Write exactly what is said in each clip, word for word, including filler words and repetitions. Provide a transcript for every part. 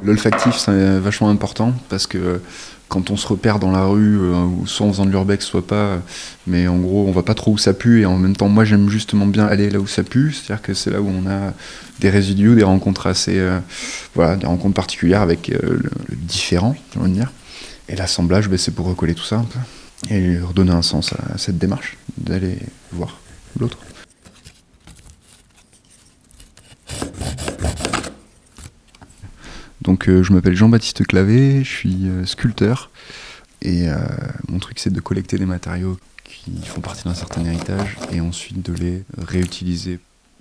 L'olfactif, c'est vachement important parce que quand on se repère dans la rue, euh, soit en faisant de l'urbex, soit pas, mais en gros, on va pas trop où ça pue, et en même temps, moi, j'aime justement bien aller là où ça pue, c'est-à-dire que c'est là où on a des résidus, des rencontres assez, euh, voilà, des rencontres particulières avec euh, le, le différent, j'ai envie de dire. Et l'assemblage, ben, c'est pour recoller tout ça un peu, et redonner un sens à, à cette démarche, d'aller voir l'autre. Donc euh, je m'appelle Jean-Baptiste Clavé, je suis euh, sculpteur et euh, mon truc c'est de collecter des matériaux qui font partie d'un certain héritage et ensuite de les réutiliser.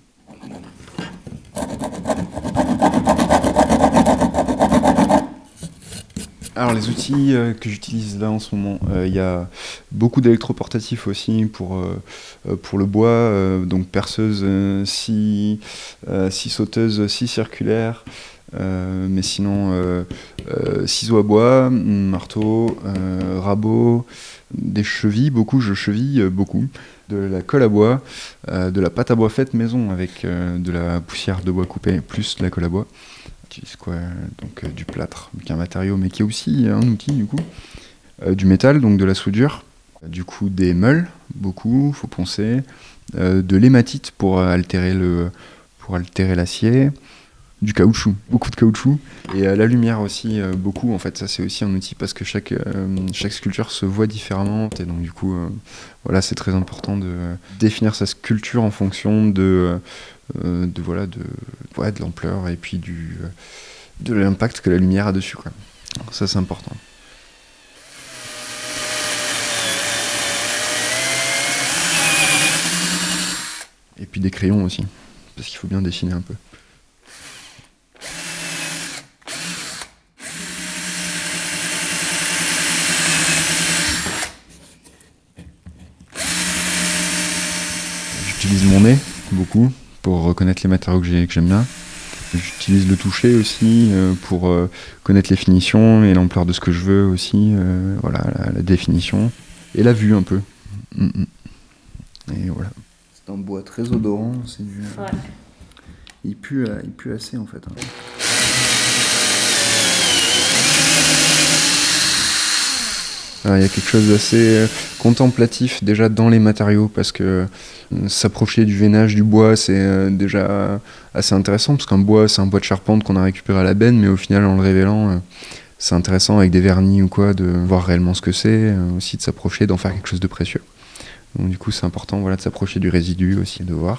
Alors les outils euh, que j'utilise là en ce moment, il euh, y a beaucoup d'électroportatifs aussi pour, euh, pour le bois, euh, donc perceuse, euh, scie, euh, scie sauteuse, scie circulaire. Euh, mais sinon, euh, euh, ciseaux à bois, marteau, euh, rabot, des chevilles, beaucoup, je cheville euh, beaucoup, de la colle à bois, euh, de la pâte à bois faite maison avec euh, de la poussière de bois coupée plus de la colle à bois. J'utilise quoi donc euh, du plâtre, qui est un matériau mais qui est aussi un outil du coup, euh, du métal, donc de la soudure, du coup des meules, beaucoup, faut poncer, euh, de l'hématite pour altérer le, pour altérer l'acier. Du caoutchouc, beaucoup de caoutchouc, et euh, la lumière aussi, euh, beaucoup, en fait, ça c'est aussi un outil parce que chaque, euh, chaque sculpture se voit différemment, et donc du coup, euh, voilà, c'est très important de définir sa sculpture en fonction de, euh, de, voilà, de, ouais, de l'ampleur et puis du, euh, de l'impact que la lumière a dessus, quoi. Ça c'est important. Et puis des crayons aussi, parce qu'il faut bien dessiner un peu. J'utilise mon nez, beaucoup, pour reconnaître les matériaux que, j'ai, que j'aime bien. J'utilise le toucher aussi, euh, pour euh, connaître les finitions et l'ampleur de ce que je veux aussi, euh, voilà, la, la définition. Et la vue un peu. Mm-mm. Et voilà. C'est un bois très odorant, c'est du... Ouais. Il pue, il pue assez en fait. Hein. Alors, il y a quelque chose d'assez contemplatif déjà dans les matériaux parce que euh, s'approcher du veinage du bois c'est euh, déjà assez intéressant parce qu'un bois c'est un bois de charpente qu'on a récupéré à la benne mais au final en le révélant euh, c'est intéressant avec des vernis ou quoi de voir réellement ce que c'est, euh, aussi de s'approcher, d'en faire quelque chose de précieux. Donc du coup c'est important voilà, de s'approcher du résidu aussi, de voir.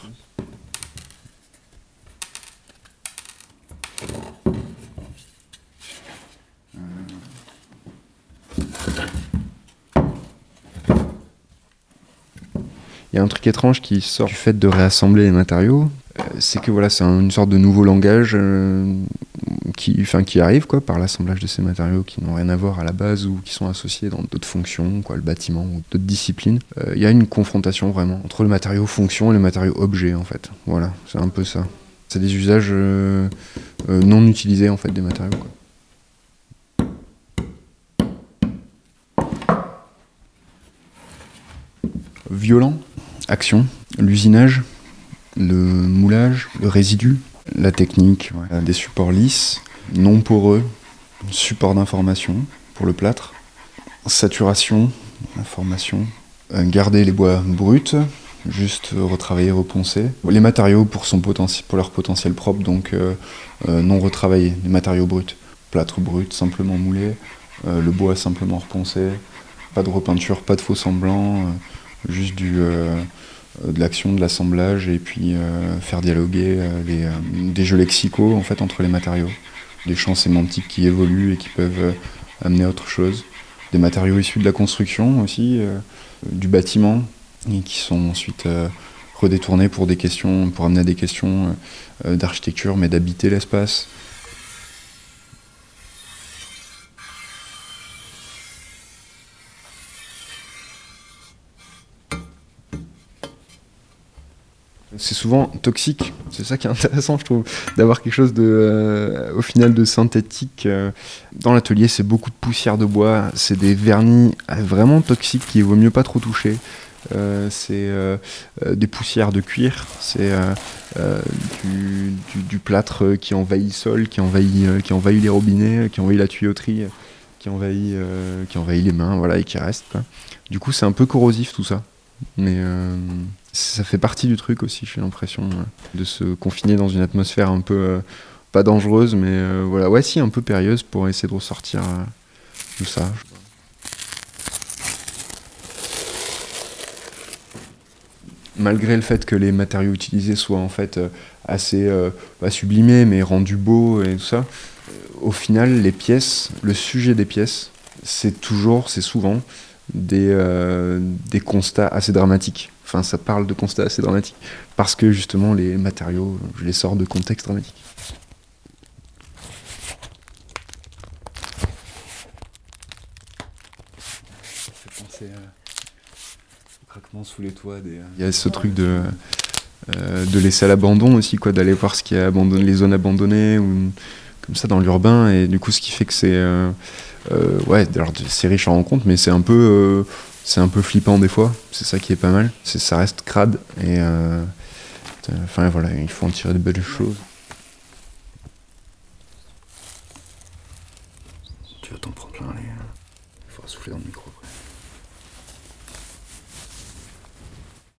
Il y a un truc étrange qui sort du fait de réassembler les matériaux, euh, c'est que voilà, c'est un, une sorte de nouveau langage euh, qui, enfin, qui arrive quoi, par l'assemblage de ces matériaux qui n'ont rien à voir à la base ou qui sont associés dans d'autres fonctions, quoi, le bâtiment ou d'autres disciplines. Euh, il y a une confrontation vraiment entre le matériau fonction et le matériau objet en fait. Voilà, c'est un peu ça. C'est des usages euh, euh, non utilisés en fait des matériaux, quoi. Violent, action, l'usinage, le moulage, le résidu, la technique, ouais, des supports lisses, non poreux, support d'information pour le plâtre, saturation, information, euh, garder les bois bruts, juste retravailler, reponcer. Les matériaux pour, son potentiel, pour leur potentiel propre, donc euh, euh, non retravaillés, les matériaux bruts, plâtre brut, simplement moulé, euh, le bois simplement reponcé, pas de repeinture, pas de faux semblants, euh, juste du, euh, de l'action, de l'assemblage et puis euh, faire dialoguer euh, les, euh, des jeux lexicaux en fait, entre les matériaux, des champs sémantiques qui évoluent et qui peuvent euh, amener à autre chose, des matériaux issus de la construction aussi, euh, du bâtiment et qui sont ensuite euh, redétournés pour des questions, pour amener à des questions euh, d'architecture mais d'habiter l'espace. C'est souvent toxique, c'est ça qui est intéressant je trouve, d'avoir quelque chose de, euh, au final de synthétique. Euh. Dans l'atelier c'est beaucoup de poussière de bois, c'est des vernis vraiment toxiques qu'il vaut mieux pas trop toucher. euh, c'est euh, euh, des poussières de cuir, c'est euh, euh, du, du, du plâtre qui envahit le sol, qui envahit, euh, qui envahit les robinets, qui envahit la tuyauterie, qui envahit, euh, qui envahit les mains, voilà, et qui reste, quoi. Du coup, c'est un peu corrosif tout ça, mais euh, ça fait partie du truc aussi, j'ai l'impression, euh, de se confiner dans une atmosphère un peu, euh, pas dangereuse, mais euh, voilà, ouais, si, un peu périlleuse pour essayer de ressortir euh, de ça. Malgré le fait que les matériaux utilisés soient en fait euh, assez euh, pas sublimés, mais rendus beaux et tout ça, euh, au final, les pièces, le sujet des pièces, c'est toujours, c'est souvent des, euh, des constats assez dramatiques. Enfin, ça parle de constats assez dramatiques. Parce que justement, les matériaux, je les sors de contexte dramatique. Ça fait penser au craquement sous les toits. Des... Il y a ce truc de, euh, de laisser à l'abandon aussi, quoi, d'aller voir ce qui est abandonné, les zones abandonnées, ou comme ça dans l'urbain, et du coup, ce qui fait que c'est. Euh, euh, ouais, alors c'est riche en rencontres, mais c'est un peu. Euh, c'est un peu flippant des fois, c'est ça qui est pas mal. C'est, ça reste crade, et. Euh, Enfin voilà, il faut en tirer de belles choses. Tu vas t'en prendre plein les. Il faudra souffler dans le micro après.